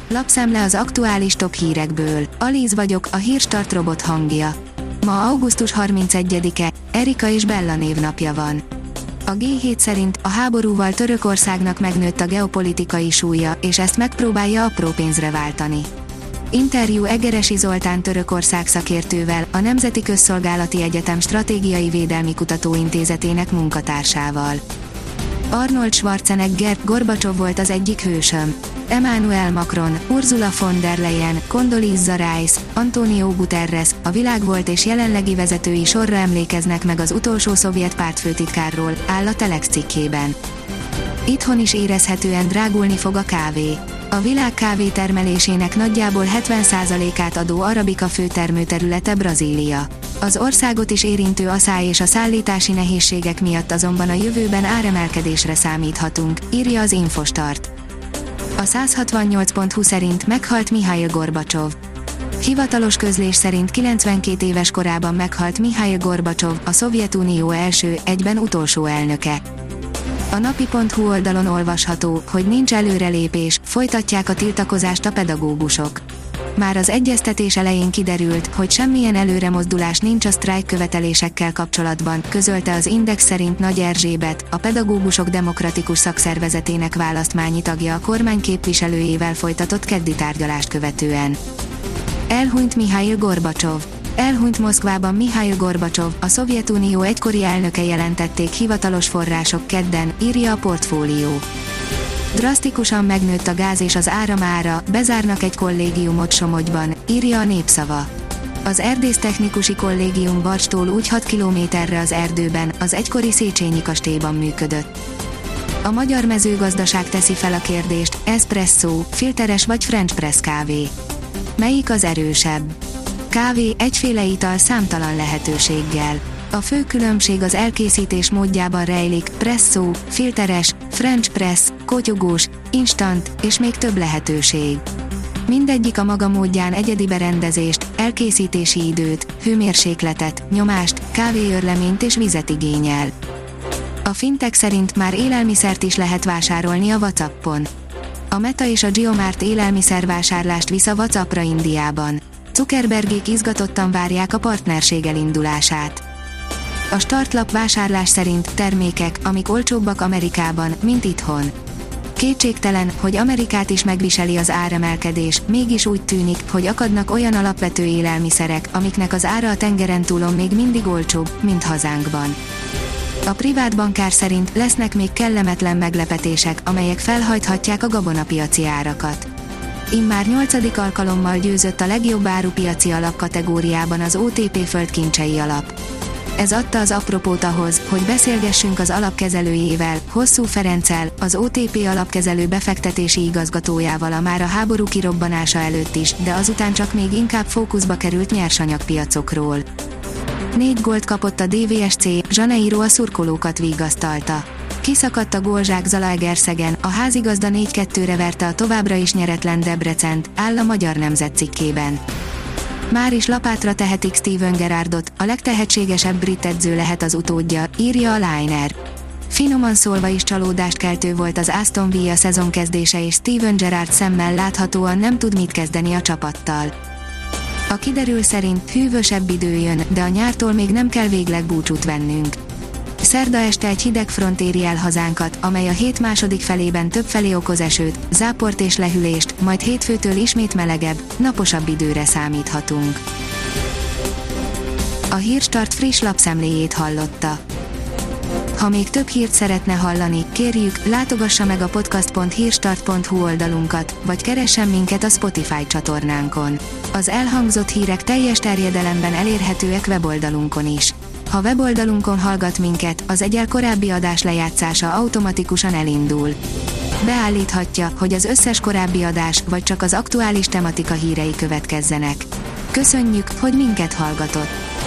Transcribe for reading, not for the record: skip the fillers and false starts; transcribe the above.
Lapszemle az aktuális top hírekből. Alíz vagyok, a Hírstart robot hangja. Ma augusztus 31-e, Erika és Bella névnapja van. A G7 szerint a háborúval Törökországnak megnőtt a geopolitikai súlya, és ezt megpróbálja apró pénzre váltani. Interjú Egeresi Zoltán Törökország szakértővel, a Nemzeti Közszolgálati Egyetem Stratégiai Védelmi Kutatóintézetének munkatársával. Arnold Schwarzenegger, Gorbacsov volt az egyik hősöm. Emmanuel Macron, Ursula von der Leyen, Condoleezza Rice, Antonio Guterres, a világ volt és jelenlegi vezetői sorra emlékeznek meg az utolsó szovjet pártfőtitkárról, áll a Telex cikkében. Itthon is érezhetően drágulni fog a kávé. A világ kávé termelésének nagyjából 70%-át adó arabika főtermőterülete Brazília. Az országot is érintő aszály és a szállítási nehézségek miatt azonban a jövőben áremelkedésre számíthatunk, írja az Infostart. A 168.20 szerint meghalt Mihail Gorbacsov. Hivatalos közlés szerint 92 éves korában meghalt Mihail Gorbacsov, a Szovjetunió első, egyben utolsó elnöke. A napi.hu oldalon olvasható, hogy nincs előrelépés, folytatják a tiltakozást a pedagógusok. Már az egyeztetés elején kiderült, hogy semmilyen előremozdulás nincs a sztrájk követelésekkel kapcsolatban, közölte az Index szerint Nagy Erzsébet, a Pedagógusok Demokratikus Szakszervezetének választmányi tagja a kormány képviselőjével folytatott keddi tárgyalást követően. Elhunyt Mihail Gorbacsov. Elhunyt Moszkvában Mihail Gorbacsov, a Szovjetunió egykori elnöke, jelentették hivatalos források kedden, írja a Portfólió. Drasztikusan megnőtt a gáz és az áram ára, bezárnak egy kollégiumot Somogyban, írja a Népszava. Az Erdésztechnikusi Kollégium Barcstól úgy 6 kilométerre az erdőben, az egykori Széchenyi kastélyban működött. A magyar mezőgazdaság teszi fel a kérdést, espresso, filteres vagy French press kávé. Melyik az erősebb? Kávé, egyféle ital számtalan lehetőséggel. A fő különbség az elkészítés módjában rejlik, presszó, filteres, French press, kotyogós, instant, és még több lehetőség. Mindegyik a maga módján egyedi berendezést, elkészítési időt, hőmérsékletet, nyomást, kávéőrleményt és vizet igényel. A Fintech szerint már élelmiszert is lehet vásárolni a WhatsAppon. A Meta és a Geomart élelmiszervásárlást visz a WhatsAppra Indiában. Zuckerbergék izgatottan várják a partnerség elindulását. A startlap vásárlás szerint termékek, amik olcsóbbak Amerikában, mint itthon. Kétségtelen, hogy Amerikát is megviseli az áremelkedés, mégis úgy tűnik, hogy akadnak olyan alapvető élelmiszerek, amiknek az ára a tengeren túlon még mindig olcsóbb, mint hazánkban. A privát bankár szerint lesznek még kellemetlen meglepetések, amelyek felhajthatják a gabonapiaci árakat. Immár 8. alkalommal győzött a legjobb árupiaci alap kategóriában az OTP földkincsei alap. Ez adta az apropót ahhoz, hogy beszélgessünk az alapkezelőjével, Hosszú Ferenccel, az OTP alapkezelő befektetési igazgatójával a már a háború kirobbanása előtt is, de azután csak még inkább fókuszba került nyersanyagpiacokról. 4 gólt kapott a DVSC, Zsaneiro a szurkolókat vigasztalta. Kiszakadt a gólzsák Zalaegerszegen, a házigazda 4-2-re verte a továbbra is nyeretlen Debrecent, áll a Magyar Nemzet cikkében. Már is lapátra tehetik Steven Gerrardot, a legtehetségesebb brit edző lehet az utódja, írja a Liner. Finoman szólva is csalódást keltő volt az Aston Villa szezonkezdése, és Steven Gerrard szemmel láthatóan nem tud mit kezdeni a csapattal. A kiderül szerint hűvösebb idő jön, de a nyártól még nem kell végleg búcsút vennünk. Szerda este egy hideg front éri el hazánkat, amely a hét második felében többfelé okoz esőt, záport és lehűlést, majd hétfőtől ismét melegebb, naposabb időre számíthatunk. A Hírstart friss lapszemléjét hallotta. Ha még több hírt szeretne hallani, kérjük, látogassa meg a podcast.hírstart.hu oldalunkat, vagy keressen minket a Spotify csatornánkon. Az elhangzott hírek teljes terjedelemben elérhetőek weboldalunkon is. Ha weboldalunkon hallgat minket, az egyel korábbi adás lejátszása automatikusan elindul. Beállíthatja, hogy az összes korábbi adás, vagy csak az aktuális tematika hírei következzenek. Köszönjük, hogy minket hallgatott!